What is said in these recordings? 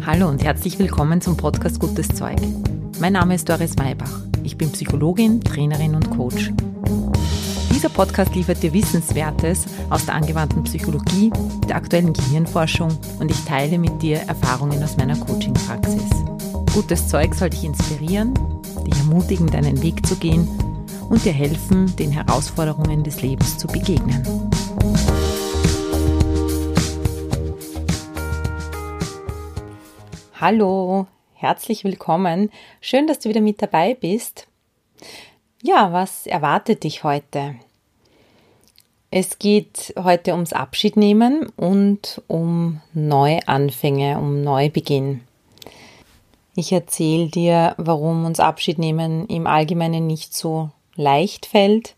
Hallo und herzlich willkommen zum Podcast Gutes Zeug. Mein Name ist Doris Maybach. Ich bin Psychologin, Trainerin und Coach. Dieser Podcast liefert dir Wissenswertes aus der angewandten Psychologie, der aktuellen Gehirnforschung und ich teile mit dir Erfahrungen aus meiner Coaching-Praxis. Gutes Zeug soll dich inspirieren, dich ermutigen, deinen Weg zu gehen und dir helfen, den Herausforderungen des Lebens zu begegnen. Hallo, herzlich willkommen. Schön, dass du wieder mit dabei bist. Ja, was erwartet dich heute? Es geht heute ums Abschiednehmen und um Neuanfänge, um Neubeginn. Ich erzähle dir, warum uns Abschiednehmen im Allgemeinen nicht so leicht fällt.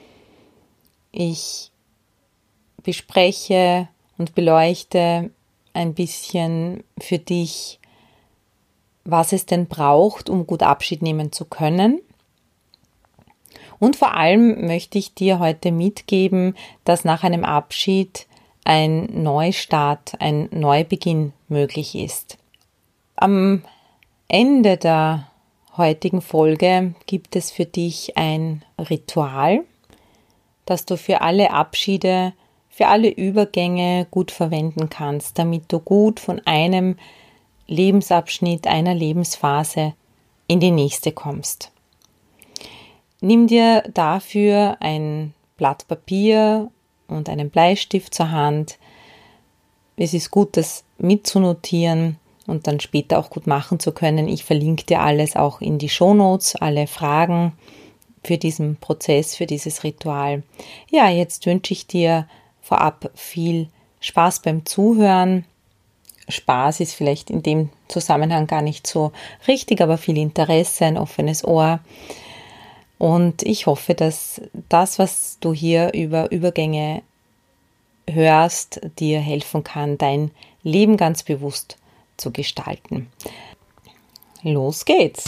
Ich bespreche und beleuchte ein bisschen für dich, was es denn braucht, um gut Abschied nehmen zu können. Und vor allem möchte ich dir heute mitgeben, dass nach einem Abschied ein Neustart, ein Neubeginn möglich ist. Am Ende der heutigen Folge gibt es für dich ein Ritual, das du für alle Abschiede, für alle Übergänge gut verwenden kannst, damit du gut von einem Lebensabschnitt, einer Lebensphase in die nächste kommst. Nimm dir dafür ein Blatt Papier und einen Bleistift zur Hand. Es ist gut, das mitzunotieren und dann später auch gut machen zu können. Ich verlinke dir alles auch in die Shownotes, alle Fragen für diesen Prozess, für dieses Ritual. Ja, jetzt wünsche ich dir vorab viel Spaß beim Zuhören. Spaß ist vielleicht in dem Zusammenhang gar nicht so richtig, aber viel Interesse, ein offenes Ohr. Und ich hoffe, dass das, was du hier über Übergänge hörst, dir helfen kann, dein Leben ganz bewusst zu gestalten. Los geht's!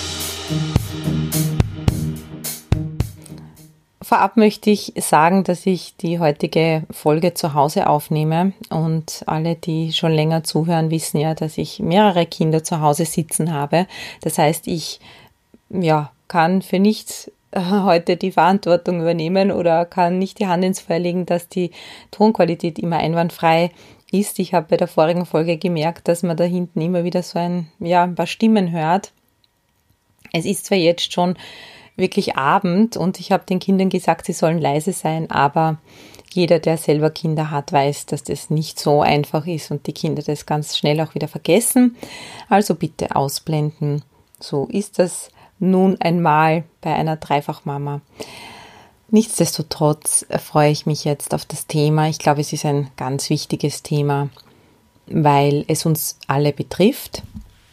Vorab möchte ich sagen, dass ich die heutige Folge zu Hause aufnehme und alle, die schon länger zuhören, wissen ja, dass ich mehrere Kinder zu Hause sitzen habe. Das heißt, ich kann für nichts heute die Verantwortung übernehmen oder kann nicht die Hand ins Feuer legen, dass die Tonqualität immer einwandfrei ist. Ich habe bei der vorigen Folge gemerkt, dass man da hinten immer wieder so ein paar Stimmen hört. Es ist zwar jetzt schon wirklich Abend und ich habe den Kindern gesagt, sie sollen leise sein, aber jeder, der selber Kinder hat, weiß, dass das nicht so einfach ist und die Kinder das ganz schnell auch wieder vergessen. Also bitte ausblenden. So ist das nun einmal bei einer Dreifachmama. Nichtsdestotrotz freue ich mich jetzt auf das Thema. Ich glaube, es ist ein ganz wichtiges Thema, weil es uns alle betrifft.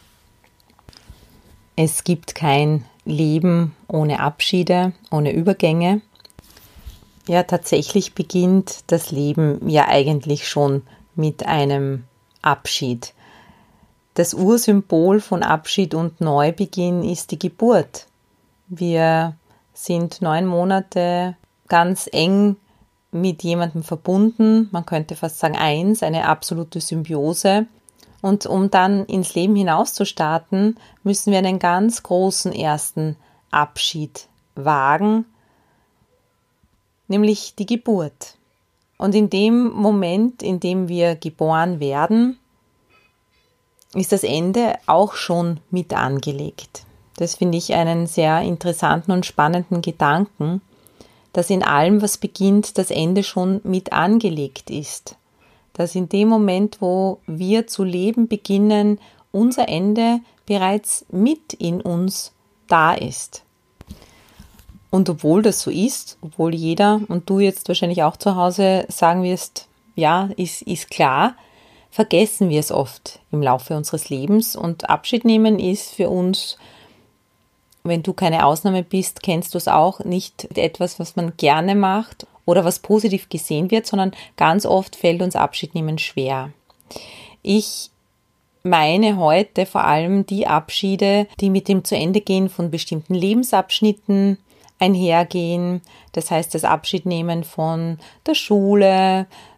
Es gibt kein Leben ohne Abschiede, ohne Übergänge. Ja, tatsächlich beginnt das Leben ja eigentlich schon mit einem Abschied. Das Ursymbol von Abschied und Neubeginn ist die Geburt. Wir sind 9 Monate ganz eng mit jemandem verbunden, man könnte fast sagen eine absolute Symbiose. Und um dann ins Leben hinaus zu starten, müssen wir einen ganz großen ersten Abschied wagen, nämlich die Geburt. Und in dem Moment, in dem wir geboren werden, ist das Ende auch schon mit angelegt. Das finde ich einen sehr interessanten und spannenden Gedanken, dass in allem, was beginnt, das Ende schon mit angelegt ist. Dass in dem Moment, wo wir zu leben beginnen, unser Ende bereits mit in uns da ist. Und obwohl das so ist, obwohl jeder und du jetzt wahrscheinlich auch zu Hause sagen wirst, ja, ist klar, vergessen wir es oft im Laufe unseres Lebens und Abschied nehmen ist für uns, wenn du keine Ausnahme bist, kennst du es auch, nicht etwas, was man gerne macht oder was positiv gesehen wird, sondern ganz oft fällt uns Abschied nehmen schwer. Ich meine heute vor allem die Abschiede, die mit dem Zuendegehen von bestimmten Lebensabschnitten einhergehen. Das heißt, das Abschiednehmen von der Schule,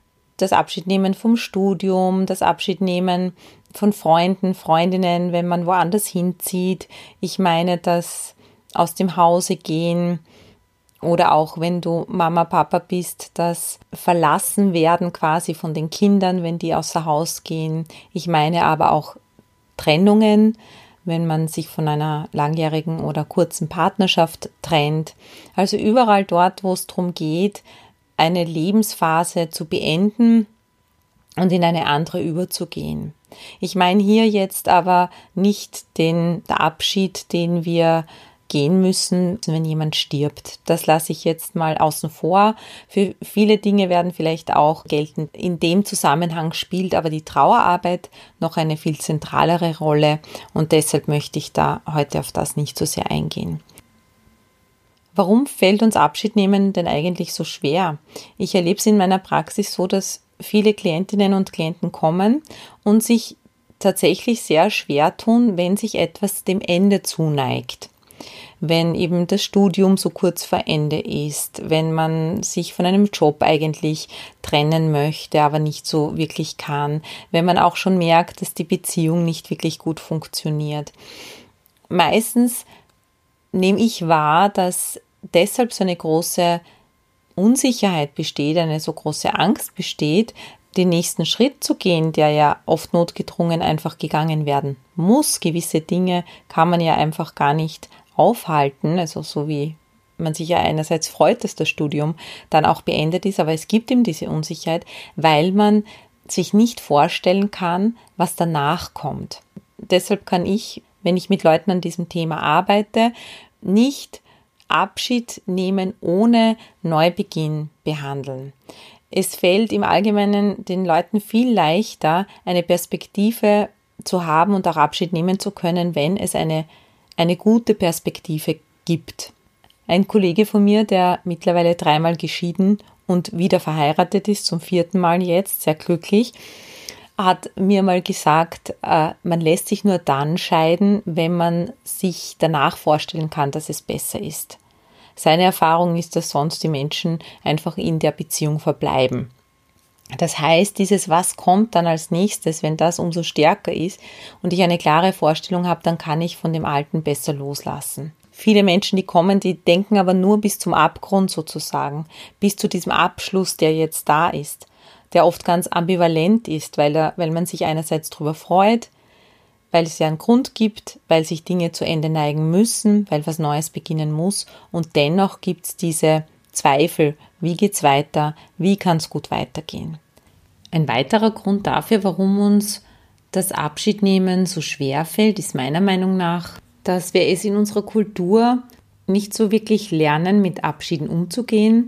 das Abschiednehmen vom Studium, das Abschiednehmen von Freunden, Freundinnen, wenn man woanders hinzieht. Ich meine das aus dem Hause gehen oder auch wenn du Mama, Papa bist, das verlassen werden quasi von den Kindern, wenn die außer Haus gehen. Ich meine aber auch Trennungen, wenn man sich von einer langjährigen oder kurzen Partnerschaft trennt. Also überall dort, wo es darum geht, eine Lebensphase zu beenden und in eine andere überzugehen. Ich meine hier jetzt aber nicht der Abschied, den wir gehen müssen, wenn jemand stirbt. Das lasse ich jetzt mal außen vor. Für viele Dinge werden vielleicht auch gelten. In dem Zusammenhang spielt aber die Trauerarbeit noch eine viel zentralere Rolle und deshalb möchte ich da heute auf das nicht so sehr eingehen. Warum fällt uns Abschied nehmen denn eigentlich so schwer? Ich erlebe es in meiner Praxis so, dass viele Klientinnen und Klienten kommen und sich tatsächlich sehr schwer tun, wenn sich etwas dem Ende zuneigt. Wenn eben das Studium so kurz vor Ende ist, wenn man sich von einem Job eigentlich trennen möchte, aber nicht so wirklich kann, wenn man auch schon merkt, dass die Beziehung nicht wirklich gut funktioniert. Meistens nehme ich wahr, dass deshalb so eine große Unsicherheit besteht, eine so große Angst besteht, den nächsten Schritt zu gehen, der ja oft notgedrungen einfach gegangen werden muss. Gewisse Dinge kann man ja einfach gar nicht aufhalten, also so wie man sich ja einerseits freut, dass das Studium dann auch beendet ist, aber es gibt eben diese Unsicherheit, weil man sich nicht vorstellen kann, was danach kommt. Deshalb kann ich, wenn ich mit Leuten an diesem Thema arbeite, nicht Abschied nehmen ohne Neubeginn behandeln. Es fällt im Allgemeinen den Leuten viel leichter, eine Perspektive zu haben und auch Abschied nehmen zu können, wenn es eine gute Perspektive gibt. Ein Kollege von mir, der mittlerweile 3-mal geschieden und wieder verheiratet ist, zum 4. Mal jetzt, sehr glücklich, hat mir mal gesagt, man lässt sich nur dann scheiden, wenn man sich danach vorstellen kann, dass es besser ist. Seine Erfahrung ist, dass sonst die Menschen einfach in der Beziehung verbleiben. Das heißt, dieses was kommt dann als nächstes, wenn das umso stärker ist und ich eine klare Vorstellung habe, dann kann ich von dem Alten besser loslassen. Viele Menschen, die kommen, die denken aber nur bis zum Abgrund sozusagen, bis zu diesem Abschluss, der jetzt da ist, der oft ganz ambivalent ist, weil man sich einerseits darüber freut, weil es ja einen Grund gibt, weil sich Dinge zu Ende neigen müssen, weil was Neues beginnen muss und dennoch gibt es diese Zweifel, wie geht's weiter, wie kann es gut weitergehen. Ein weiterer Grund dafür, warum uns das Abschiednehmen so schwer fällt, ist meiner Meinung nach, dass wir es in unserer Kultur nicht so wirklich lernen, mit Abschieden umzugehen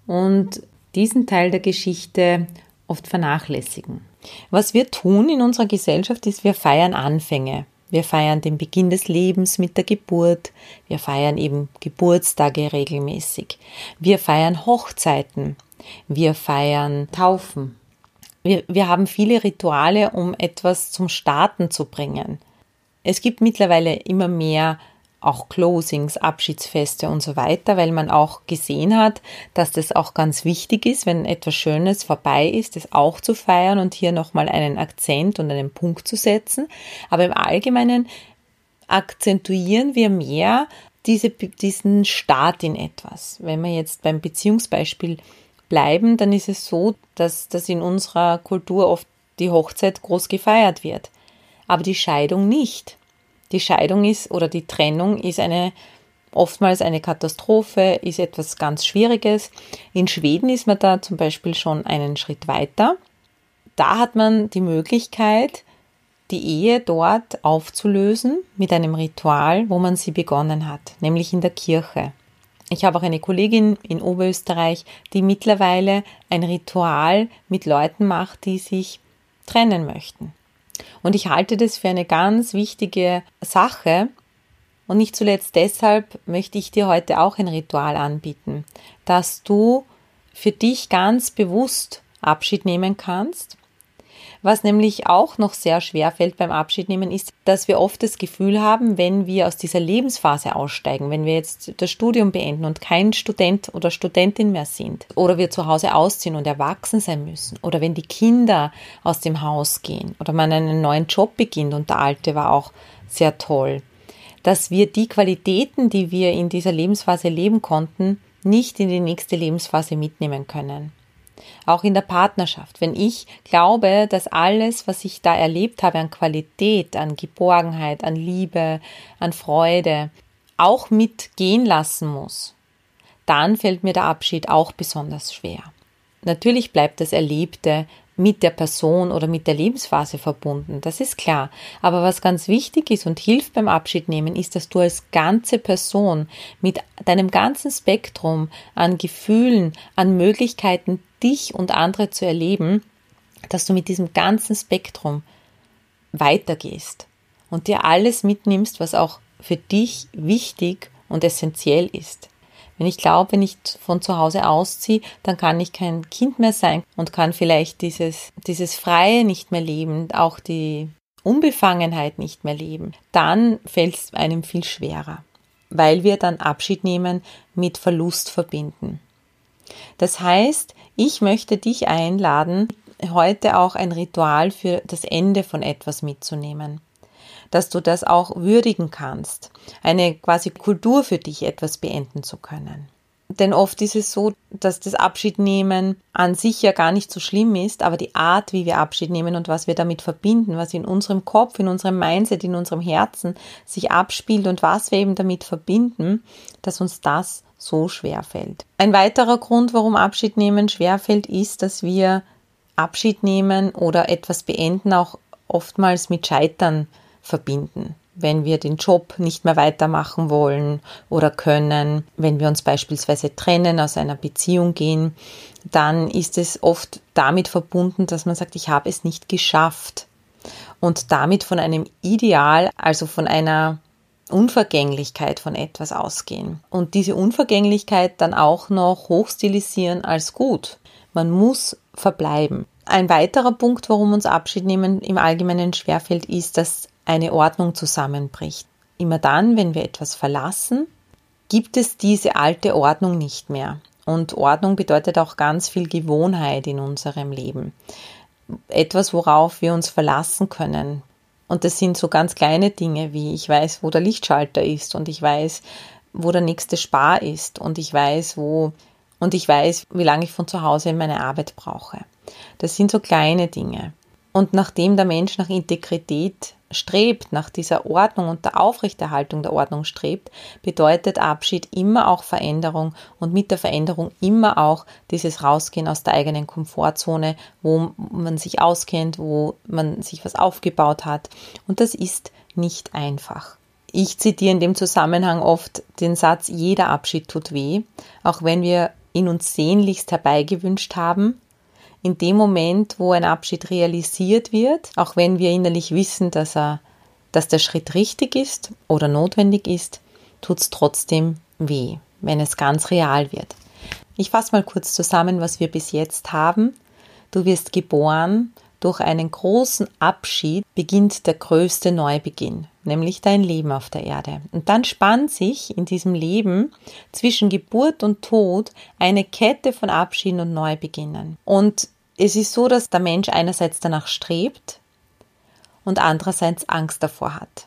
und diesen Teil der Geschichte oft vernachlässigen. Was wir tun in unserer Gesellschaft ist, wir feiern Anfänge. Wir feiern den Beginn des Lebens mit der Geburt. Wir feiern eben Geburtstage regelmäßig. Wir feiern Hochzeiten. Wir feiern Taufen. Wir haben viele Rituale, um etwas zum Starten zu bringen. Es gibt mittlerweile immer mehr auch Closings, Abschiedsfeste und so weiter, weil man auch gesehen hat, dass das auch ganz wichtig ist, wenn etwas Schönes vorbei ist, das auch zu feiern und hier nochmal einen Akzent und einen Punkt zu setzen. Aber im Allgemeinen akzentuieren wir mehr diesen Start in etwas. Wenn wir jetzt beim Beziehungsbeispiel bleiben, dann ist es so, dass in unserer Kultur oft die Hochzeit groß gefeiert wird, aber die Scheidung nicht. Die Scheidung ist oder die Trennung ist oftmals eine Katastrophe, ist etwas ganz Schwieriges. In Schweden ist man da zum Beispiel schon einen Schritt weiter. Da hat man die Möglichkeit, die Ehe dort aufzulösen mit einem Ritual, wo man sie begonnen hat, nämlich in der Kirche. Ich habe auch eine Kollegin in Oberösterreich, die mittlerweile ein Ritual mit Leuten macht, die sich trennen möchten. Und ich halte das für eine ganz wichtige Sache und nicht zuletzt deshalb möchte ich dir heute auch ein Ritual anbieten, dass du für dich ganz bewusst Abschied nehmen kannst, Was nämlich auch noch sehr schwer fällt beim Abschiednehmen ist, dass wir oft das Gefühl haben, wenn wir aus dieser Lebensphase aussteigen, wenn wir jetzt das Studium beenden und kein Student oder Studentin mehr sind oder wir zu Hause ausziehen und erwachsen sein müssen oder wenn die Kinder aus dem Haus gehen oder man einen neuen Job beginnt und der alte war auch sehr toll, dass wir die Qualitäten, die wir in dieser Lebensphase leben konnten, nicht in die nächste Lebensphase mitnehmen können. Auch in der Partnerschaft. Wenn ich glaube, dass alles, was ich da erlebt habe an Qualität, an Geborgenheit, an Liebe, an Freude, auch mitgehen lassen muss, dann fällt mir der Abschied auch besonders schwer. Natürlich bleibt das Erlebte mit der Person oder mit der Lebensphase verbunden, das ist klar. Aber was ganz wichtig ist und hilft beim Abschiednehmen, ist, dass du als ganze Person mit deinem ganzen Spektrum an Gefühlen, an Möglichkeiten, dich und andere zu erleben, dass du mit diesem ganzen Spektrum weitergehst und dir alles mitnimmst, was auch für dich wichtig und essentiell ist. Wenn ich glaube, wenn ich von zu Hause ausziehe, dann kann ich kein Kind mehr sein und kann vielleicht dieses Freie nicht mehr leben, auch die Unbefangenheit nicht mehr leben, dann fällt es einem viel schwerer, weil wir dann Abschied nehmen mit Verlust verbinden. Das heißt, ich möchte dich einladen, heute auch ein Ritual für das Ende von etwas mitzunehmen, dass du das auch würdigen kannst, eine quasi Kultur für dich, etwas beenden zu können. Denn oft ist es so, dass das Abschiednehmen an sich ja gar nicht so schlimm ist, aber die Art, wie wir Abschied nehmen und was wir damit verbinden, was in unserem Kopf, in unserem Mindset, in unserem Herzen sich abspielt und was wir eben damit verbinden, dass uns das so schwer fällt. Ein weiterer Grund, warum Abschied nehmen schwer fällt, ist, dass wir Abschied nehmen oder etwas beenden auch oftmals mit Scheitern verbinden. Wenn wir den Job nicht mehr weitermachen wollen oder können, wenn wir uns beispielsweise trennen, aus einer Beziehung gehen, dann ist es oft damit verbunden, dass man sagt, ich habe es nicht geschafft und damit von einem Ideal, also von einer Unvergänglichkeit von etwas ausgehen und diese Unvergänglichkeit dann auch noch hochstilisieren als gut. Man muss verbleiben. Ein weiterer Punkt, warum uns Abschied nehmen im Allgemeinen schwerfällt, ist, dass eine Ordnung zusammenbricht. Immer dann, wenn wir etwas verlassen, gibt es diese alte Ordnung nicht mehr. Und Ordnung bedeutet auch ganz viel Gewohnheit in unserem Leben. Etwas, worauf wir uns verlassen können. Und das sind so ganz kleine Dinge, wie ich weiß, wo der Lichtschalter ist und ich weiß, wo der nächste Spar ist und ich weiß, wie lange ich von zu Hause in meine Arbeit brauche. Das sind so kleine Dinge. Und nachdem der Mensch nach Integrität strebt, nach dieser Ordnung und der Aufrechterhaltung der Ordnung strebt, bedeutet Abschied immer auch Veränderung und mit der Veränderung immer auch dieses Rausgehen aus der eigenen Komfortzone, wo man sich auskennt, wo man sich was aufgebaut hat. Und das ist nicht einfach. Ich zitiere in dem Zusammenhang oft den Satz, jeder Abschied tut weh, auch wenn wir ihn uns sehnlichst herbeigewünscht haben. In dem Moment, wo ein Abschied realisiert wird, auch wenn wir innerlich wissen, dass der Schritt richtig ist oder notwendig ist, tut es trotzdem weh, wenn es ganz real wird. Ich fasse mal kurz zusammen, was wir bis jetzt haben. Du wirst geboren, durch einen großen Abschied beginnt der größte Neubeginn, nämlich dein Leben auf der Erde. Und dann spannt sich in diesem Leben zwischen Geburt und Tod eine Kette von Abschieden und Neubeginnen. Und es ist so, dass der Mensch einerseits danach strebt und andererseits Angst davor hat.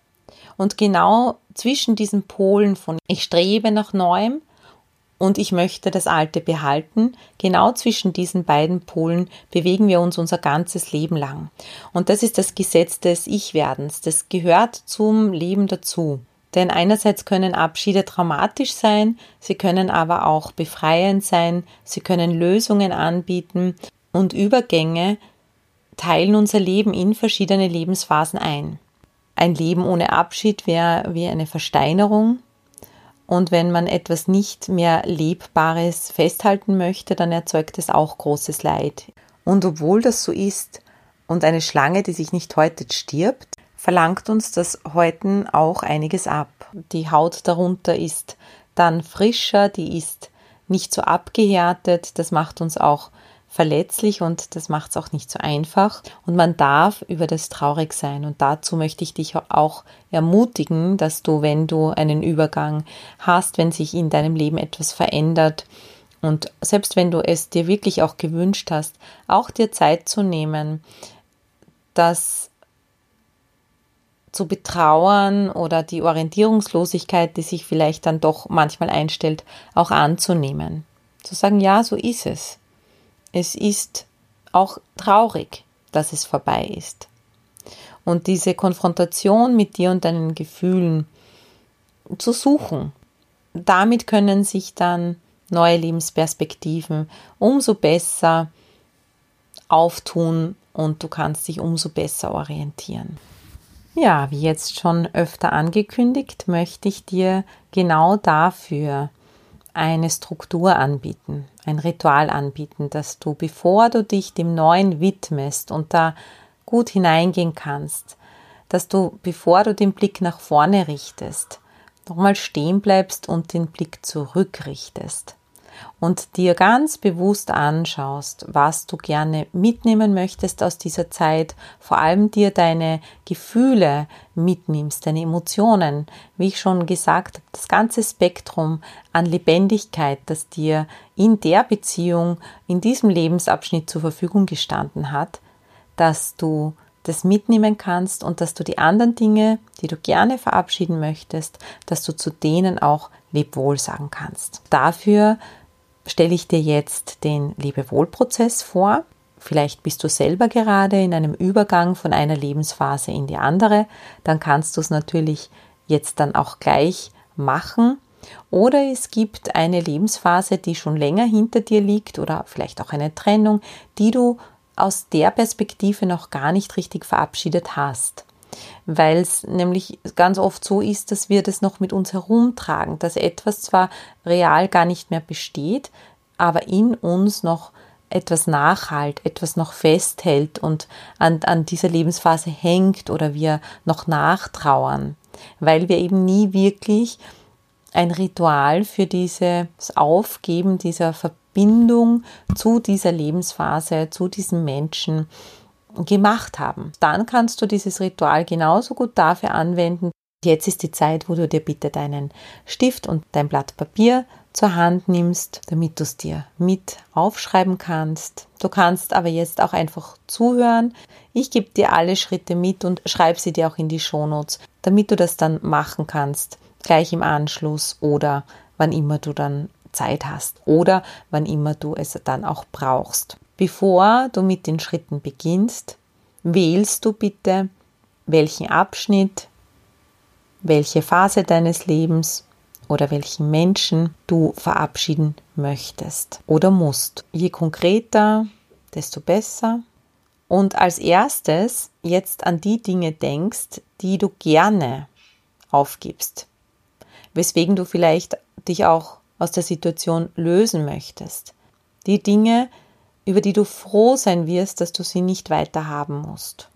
Und genau zwischen diesen Polen von ich strebe nach Neuem und ich möchte das Alte behalten, genau zwischen diesen beiden Polen bewegen wir uns unser ganzes Leben lang. Und das ist das Gesetz des Ich-Werdens. Das gehört zum Leben dazu. Denn einerseits können Abschiede traumatisch sein, sie können aber auch befreiend sein, sie können Lösungen anbieten und Übergänge teilen unser Leben in verschiedene Lebensphasen ein. Ein Leben ohne Abschied wäre wie eine Versteinerung. Und wenn man etwas nicht mehr Lebbares festhalten möchte, dann erzeugt es auch großes Leid. Und obwohl das so ist und eine Schlange, die sich nicht häutet, stirbt, verlangt uns das Häuten auch einiges ab. Die Haut darunter ist dann frischer, die ist nicht so abgehärtet, das macht uns auch verletzlich und das macht es auch nicht so einfach. Und man darf über das traurig sein. Und dazu möchte ich dich auch ermutigen, dass du, wenn du einen Übergang hast, wenn sich in deinem Leben etwas verändert und selbst wenn du es dir wirklich auch gewünscht hast, auch dir Zeit zu nehmen, das zu betrauern oder die Orientierungslosigkeit, die sich vielleicht dann doch manchmal einstellt, auch anzunehmen. Zu sagen, ja, so ist es. Es ist auch traurig, dass es vorbei ist. Und diese Konfrontation mit dir und deinen Gefühlen zu suchen, damit können sich dann neue Lebensperspektiven umso besser auftun und du kannst dich umso besser orientieren. Ja, wie jetzt schon öfter angekündigt, möchte ich dir genau dafür eine Struktur anbieten, ein Ritual anbieten, dass du, bevor du dich dem Neuen widmest und da gut hineingehen kannst, dass du, bevor du den Blick nach vorne richtest, nochmal stehen bleibst und den Blick zurückrichtest und dir ganz bewusst anschaust, was du gerne mitnehmen möchtest aus dieser Zeit, vor allem dir deine Gefühle mitnimmst, deine Emotionen, wie ich schon gesagt habe, das ganze Spektrum an Lebendigkeit, das dir in der Beziehung, in diesem Lebensabschnitt zur Verfügung gestanden hat, dass du das mitnehmen kannst und dass du die anderen Dinge, die du gerne verabschieden möchtest, dass du zu denen auch Lebwohl sagen kannst. Dafür stelle ich dir jetzt den Lebewohl-Prozess vor. Vielleicht bist du selber gerade in einem Übergang von einer Lebensphase in die andere. Dann kannst du es natürlich jetzt dann auch gleich machen. Oder es gibt eine Lebensphase, die schon länger hinter dir liegt oder vielleicht auch eine Trennung, die du aus der Perspektive noch gar nicht richtig verabschiedet hast. Weil es nämlich ganz oft so ist, dass wir das noch mit uns herumtragen, dass etwas zwar real gar nicht mehr besteht, aber in uns noch etwas nachhalt, etwas noch festhält und an dieser Lebensphase hängt oder wir noch nachtrauern, weil wir eben nie wirklich ein Ritual für dieses Aufgeben dieser Verbindung zu dieser Lebensphase, zu diesem Menschen gemacht haben. Dann kannst du dieses Ritual genauso gut dafür anwenden. Jetzt ist die Zeit, wo du dir bitte deinen Stift und dein Blatt Papier zur Hand nimmst, damit du es dir mit aufschreiben kannst. Du kannst aber jetzt auch einfach zuhören. Ich gebe dir alle Schritte mit und schreibe sie dir auch in die Shownotes, damit du das dann machen kannst, gleich im Anschluss oder wann immer du dann Zeit hast oder wann immer du es dann auch brauchst. Bevor du mit den Schritten beginnst, wählst du bitte, welchen Abschnitt, welche Phase deines Lebens oder welchen Menschen du verabschieden möchtest oder musst. Je konkreter, desto besser. Und als erstes jetzt an die Dinge denkst, die du gerne aufgibst, weswegen du vielleicht dich auch aus der Situation lösen möchtest. Die Dinge, über die du froh sein wirst, dass du sie nicht weiter haben musst.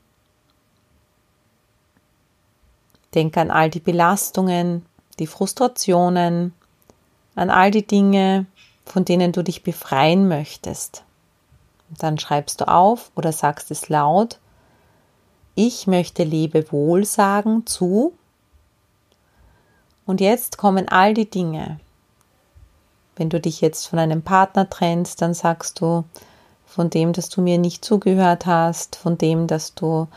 Denk an all die Belastungen, die Frustrationen, an all die Dinge, von denen du dich befreien möchtest. Und dann schreibst du auf oder sagst es laut: Ich möchte Lebewohl sagen zu. Und jetzt kommen all die Dinge. Wenn du dich jetzt von einem Partner trennst, dann sagst du: Von dem, dass du mir nicht zugehört hast, von dem, dass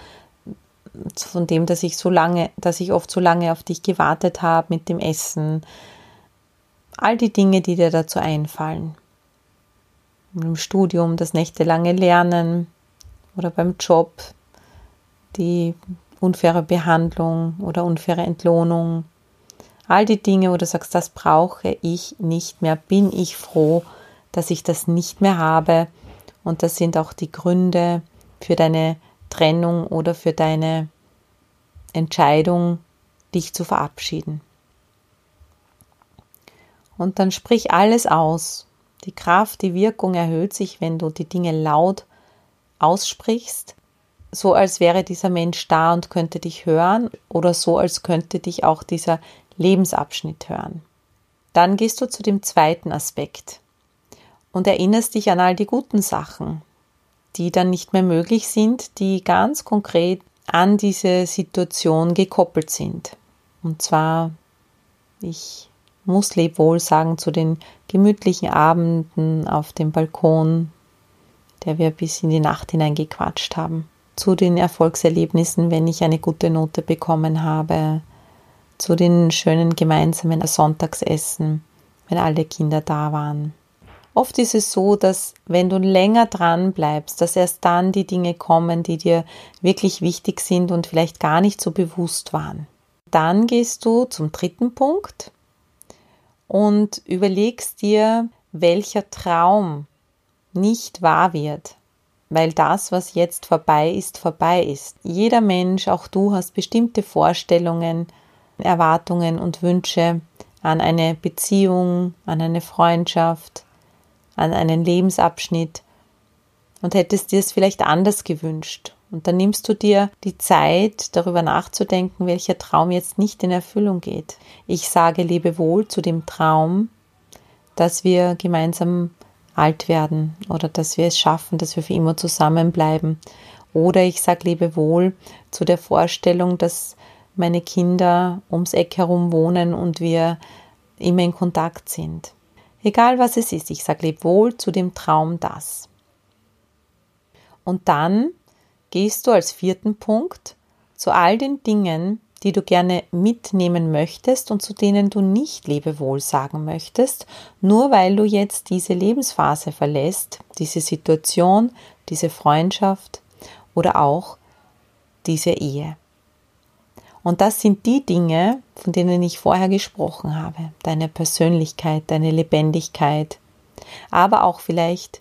ich oft so lange auf dich gewartet habe mit dem Essen. All die Dinge, die dir dazu einfallen. Im Studium das nächtelange Lernen oder beim Job die unfaire Behandlung oder unfaire Entlohnung. All die Dinge, wo du sagst, das brauche ich nicht mehr, bin ich froh, dass ich das nicht mehr habe. Und das sind auch die Gründe für deine Trennung oder für deine Entscheidung, dich zu verabschieden. Und dann sprich alles aus. Die Kraft, die Wirkung erhöht sich, wenn du die Dinge laut aussprichst, so als wäre dieser Mensch da und könnte dich hören oder so als könnte dich auch dieser Lebensabschnitt hören. Dann gehst du zu dem zweiten Aspekt. und erinnerst dich an all die guten Sachen, die dann nicht mehr möglich sind, die ganz konkret an diese Situation gekoppelt sind. Und zwar, ich muss Lebwohl sagen zu den gemütlichen Abenden auf dem Balkon, der wir bis in die Nacht hinein gequatscht haben, zu den Erfolgserlebnissen, wenn ich eine gute Note bekommen habe, zu den schönen gemeinsamen Sonntagsessen, wenn alle Kinder da waren. Oft ist es so, dass wenn du länger dran bleibst, dass erst dann die Dinge kommen, die dir wirklich wichtig sind und vielleicht gar nicht so bewusst waren. Dann gehst du zum dritten Punkt und überlegst dir, welcher Traum nicht wahr wird, weil das, was jetzt vorbei ist, vorbei ist. Jeder Mensch, auch du, hast bestimmte Vorstellungen, Erwartungen und Wünsche an eine Beziehung, an eine Freundschaft, an einen Lebensabschnitt und hättest dir es vielleicht anders gewünscht. Und dann nimmst du dir die Zeit, darüber nachzudenken, welcher Traum jetzt nicht in Erfüllung geht. Ich sage Lebewohl zu dem Traum, dass wir gemeinsam alt werden oder dass wir es schaffen, dass wir für immer zusammenbleiben. Oder ich sage Lebewohl zu der Vorstellung, dass meine Kinder ums Eck herum wohnen und wir immer in Kontakt sind. Egal was es ist, ich sage Lebewohl zu dem Traum das. Und dann gehst du als vierten Punkt zu all den Dingen, die du gerne mitnehmen möchtest und zu denen du nicht Lebewohl sagen möchtest, nur weil du jetzt diese Lebensphase verlässt, diese Situation, diese Freundschaft oder auch diese Ehe. Und das sind die Dinge, von denen ich vorher gesprochen habe. Deine Persönlichkeit, deine Lebendigkeit, aber auch vielleicht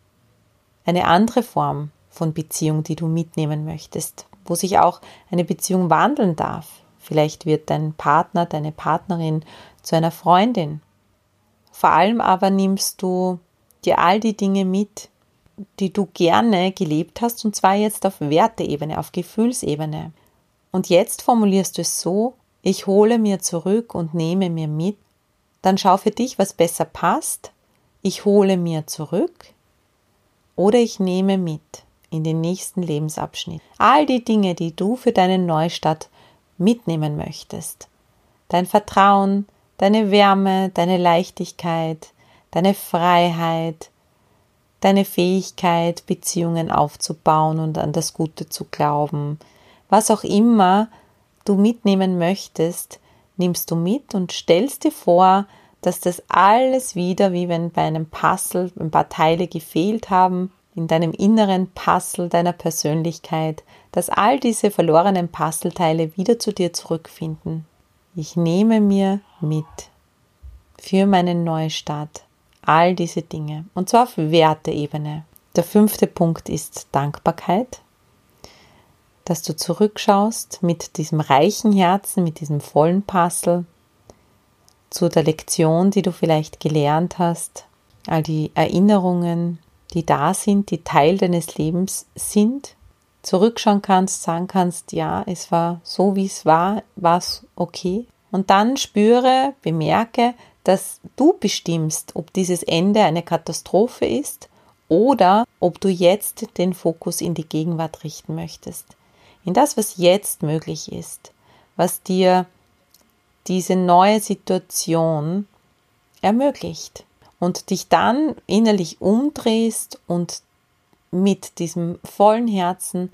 eine andere Form von Beziehung, die du mitnehmen möchtest, wo sich auch eine Beziehung wandeln darf. Vielleicht wird dein Partner, deine Partnerin zu einer Freundin. Vor allem aber nimmst du dir all die Dinge mit, die du gerne gelebt hast, und zwar jetzt auf Werteebene, auf Gefühlsebene. Und jetzt formulierst du es so: Ich hole mir zurück und nehme mir mit. Dann schau für dich, was besser passt. Ich hole mir zurück oder ich nehme mit in den nächsten Lebensabschnitt. All die Dinge, die du für deinen Neustart mitnehmen möchtest. Dein Vertrauen, deine Wärme, deine Leichtigkeit, deine Freiheit, deine Fähigkeit, Beziehungen aufzubauen und an das Gute zu glauben. Was auch immer du mitnehmen möchtest, nimmst du mit und stellst dir vor, dass das alles wieder, wie wenn bei einem Puzzle ein paar Teile gefehlt haben, in deinem inneren Puzzle deiner Persönlichkeit, dass all diese verlorenen Puzzleteile wieder zu dir zurückfinden. Ich nehme mir mit für meinen Neustart all diese Dinge, und zwar auf Werteebene. Der 5. Punkt ist Dankbarkeit, dass du zurückschaust mit diesem reichen Herzen, mit diesem vollen Puzzle zu der Lektion, die du vielleicht gelernt hast, all die Erinnerungen, die da sind, die Teil deines Lebens sind, zurückschauen kannst, sagen kannst, ja, es war so, wie es war es okay. Und dann spüre, bemerke, dass du bestimmst, ob dieses Ende eine Katastrophe ist oder ob du jetzt den Fokus in die Gegenwart richten möchtest. In das, was jetzt möglich ist, was dir diese neue Situation ermöglicht und dich dann innerlich umdrehst und mit diesem vollen Herzen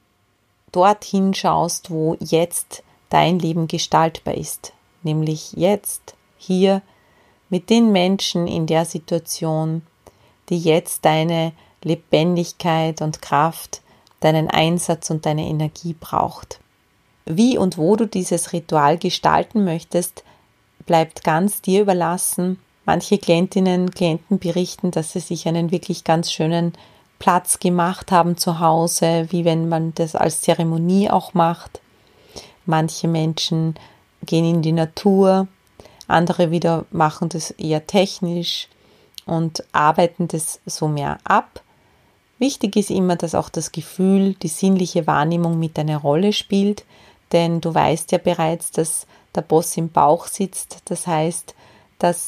dorthin schaust, wo jetzt dein Leben gestaltbar ist, nämlich jetzt, hier, mit den Menschen in der Situation, die jetzt deine Lebendigkeit und Kraft, deinen Einsatz und deine Energie braucht. Wie und wo du dieses Ritual gestalten möchtest, bleibt ganz dir überlassen. Manche Klientinnen und Klienten berichten, dass sie sich einen wirklich ganz schönen Platz gemacht haben zu Hause, wie wenn man das als Zeremonie auch macht. Manche Menschen gehen in die Natur, andere wieder machen das eher technisch und arbeiten das so mehr ab. Wichtig ist immer, dass auch das Gefühl, die sinnliche Wahrnehmung mit eine Rolle spielt, denn du weißt ja bereits, dass der Boss im Bauch sitzt. Das heißt, dass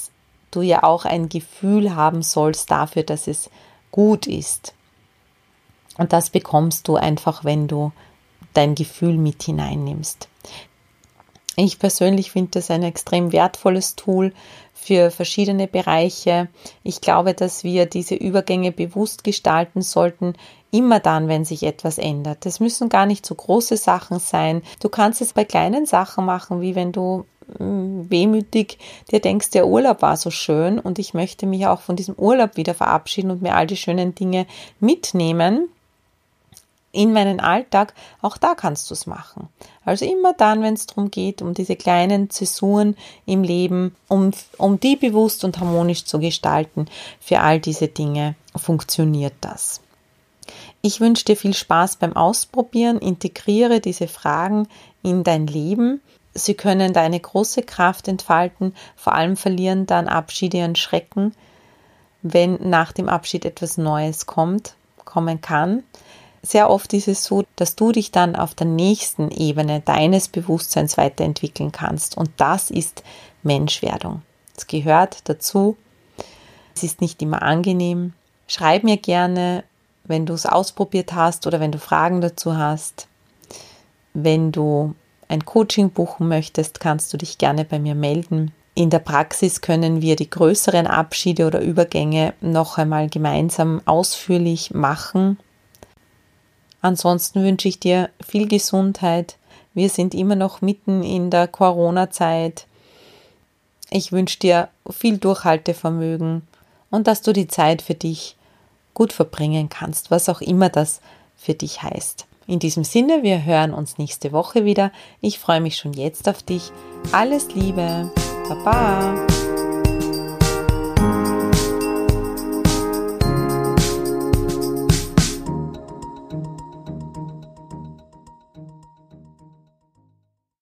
du ja auch ein Gefühl haben sollst dafür, dass es gut ist. Und das bekommst du einfach, wenn du dein Gefühl mit hineinnimmst. Ich persönlich finde das ein extrem wertvolles Tool für verschiedene Bereiche. Ich glaube, dass wir diese Übergänge bewusst gestalten sollten, immer dann, wenn sich etwas ändert. Das müssen gar nicht so große Sachen sein. Du kannst es bei kleinen Sachen machen, wie wenn du wehmütig dir denkst, der Urlaub war so schön und ich möchte mich auch von diesem Urlaub wieder verabschieden und mir all die schönen Dinge mitnehmen in meinen Alltag. Auch da kannst du es machen. Also immer dann, wenn es darum geht, um diese kleinen Zäsuren im Leben, um die bewusst und harmonisch zu gestalten, für all diese Dinge funktioniert das. Ich wünsche dir viel Spaß beim Ausprobieren, integriere diese Fragen in dein Leben. Sie können da eine große Kraft entfalten, vor allem verlieren dann Abschiede ihren Schrecken, wenn nach dem Abschied etwas Neues kommen kann. Sehr oft ist es so, dass du dich dann auf der nächsten Ebene deines Bewusstseins weiterentwickeln kannst. Und das ist Menschwerdung. Es gehört dazu. Es ist nicht immer angenehm. Schreib mir gerne, wenn du es ausprobiert hast oder wenn du Fragen dazu hast. Wenn du ein Coaching buchen möchtest, kannst du dich gerne bei mir melden. In der Praxis können wir die größeren Abschiede oder Übergänge noch einmal gemeinsam ausführlich machen. Ansonsten wünsche ich dir viel Gesundheit. Wir sind immer noch mitten in der Corona-Zeit. Ich wünsche dir viel Durchhaltevermögen und dass du die Zeit für dich gut verbringen kannst, was auch immer das für dich heißt. In diesem Sinne, wir hören uns nächste Woche wieder. Ich freue mich schon jetzt auf dich. Alles Liebe. Baba.